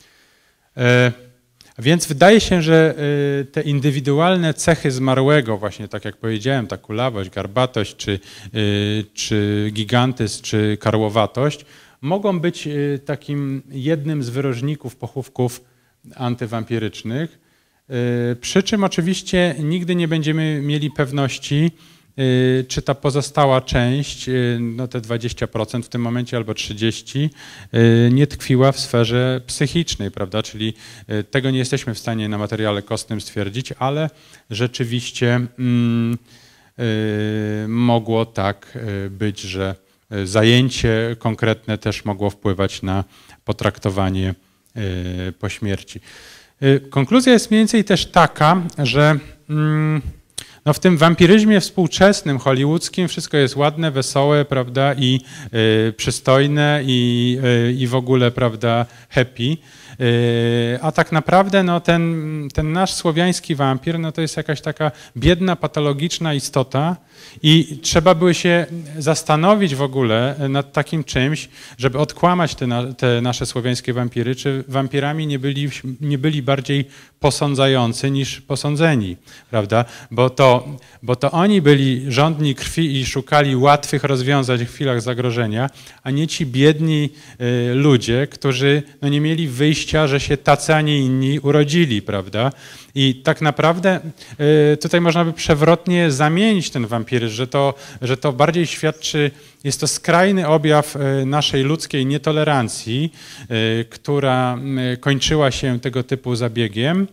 A: Więc wydaje się, że te indywidualne cechy zmarłego, właśnie tak jak powiedziałem, ta kulawość, garbatość, czy, czy gigantyzm, czy karłowatość, mogą być takim jednym z wyróżników pochówków antywampirycznych. Przy czym oczywiście nigdy nie będziemy mieli pewności, czy ta pozostała część, no te dwadzieścia procent w tym momencie albo trzydzieści procent, nie tkwiła w sferze psychicznej, prawda? Czyli tego nie jesteśmy w stanie na materiale kostnym stwierdzić, ale rzeczywiście mm, mogło tak być, że zajęcie konkretne też mogło wpływać na potraktowanie po śmierci. Konkluzja jest mniej więcej też taka, że mm, no w tym wampiryzmie współczesnym, hollywoodzkim wszystko jest ładne, wesołe, prawda, i y, przystojne i, y, i w ogóle, prawda, happy. Y, a tak naprawdę no, ten, ten nasz słowiański wampir no, to jest jakaś taka biedna, patologiczna istota i trzeba by się zastanowić w ogóle nad takim czymś, żeby odkłamać te, na, te nasze słowiańskie wampiry, czy wampirami nie byli, nie byli bardziej posądzający niż posądzeni, prawda? Bo to, bo to oni byli żądni krwi i szukali łatwych rozwiązań w chwilach zagrożenia, a nie ci biedni y, ludzie, którzy no, nie mieli wyjścia, że się tacy, a nie inni urodzili, prawda? I tak naprawdę y, tutaj można by przewrotnie zamienić ten wampiryzm, że to, że to bardziej świadczy, jest to skrajny objaw y, naszej ludzkiej nietolerancji, y, która y, kończyła się tego typu zabiegiem,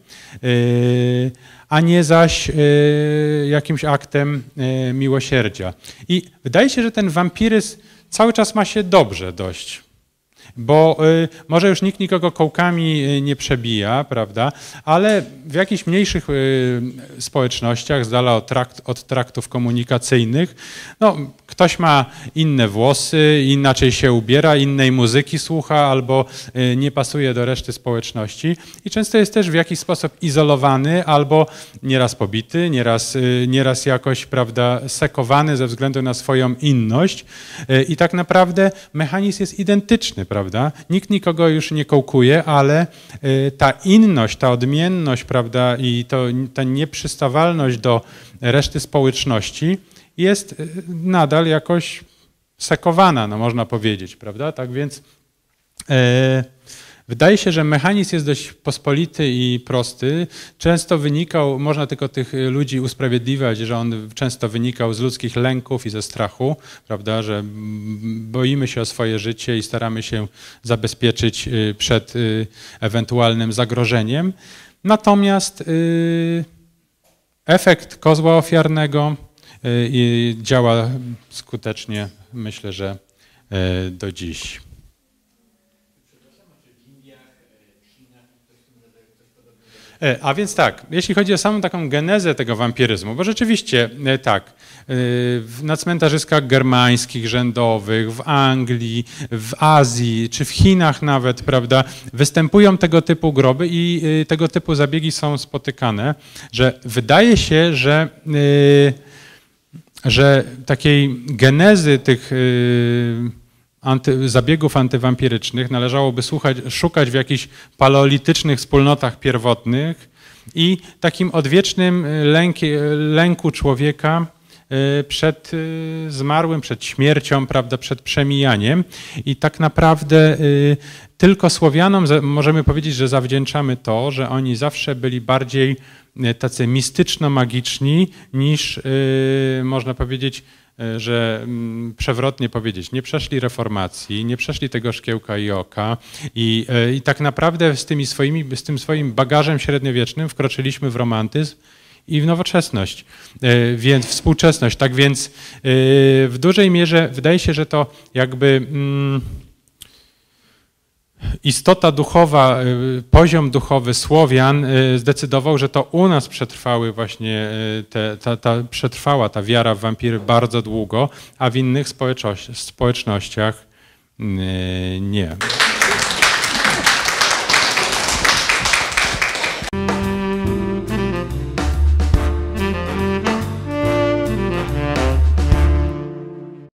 A: y, a nie zaś y, jakimś aktem y, miłosierdzia. I wydaje się, że ten wampiryzm cały czas ma się dobrze dość. Bo y, może już nikt nikogo kołkami y, nie przebija, prawda, ale w jakichś mniejszych y, społecznościach, z dala od, trakt, od traktów komunikacyjnych, no, ktoś ma inne włosy, inaczej się ubiera, innej muzyki słucha albo y, nie pasuje do reszty społeczności i często jest też w jakiś sposób izolowany albo nieraz pobity, nieraz, y, nieraz jakoś, prawda, sekowany ze względu na swoją inność y, i tak naprawdę mechanizm jest identyczny, prawda. Prawda? Nikt nikogo już nie kołkuje, ale y, ta inność, ta odmienność, prawda, i to, ta nieprzystawalność do reszty społeczności jest y, nadal jakoś sekowana, no można powiedzieć, prawda? Tak więc y, wydaje się, że mechanizm jest dość pospolity i prosty. Często wynikał, można tylko tych ludzi usprawiedliwiać, że on często wynikał z ludzkich lęków i ze strachu, prawda, że boimy się o swoje życie i staramy się zabezpieczyć przed ewentualnym zagrożeniem. Natomiast efekt kozła ofiarnego działa skutecznie, myślę, że do dziś. A więc tak, jeśli chodzi o samą taką genezę tego wampiryzmu, bo rzeczywiście tak, na cmentarzyskach germańskich, rzędowych, w Anglii, w Azji czy w Chinach nawet, prawda, występują tego typu groby i tego typu zabiegi są spotykane, że wydaje się, że, że takiej genezy tych Anty, zabiegów antywampirycznych należałoby słuchać, szukać w jakichś paleolitycznych wspólnotach pierwotnych i takim odwiecznym lęki, lęku człowieka przed zmarłym, przed śmiercią, prawda, przed przemijaniem. I tak naprawdę tylko Słowianom możemy powiedzieć, że zawdzięczamy to, że oni zawsze byli bardziej tacy mistyczno-magiczni niż, można powiedzieć, że przewrotnie powiedzieć, nie przeszli reformacji, nie przeszli tego szkiełka i oka i, i tak naprawdę z, tymi swoimi, z tym swoim bagażem średniowiecznym wkroczyliśmy w romantyzm i w nowoczesność, więc współczesność. Tak więc w dużej mierze wydaje się, że to jakby istota duchowa, poziom duchowy Słowian zdecydował, że to u nas przetrwały właśnie, te, ta, ta, przetrwała ta wiara w wampiry bardzo długo, a w innych społecznościach nie.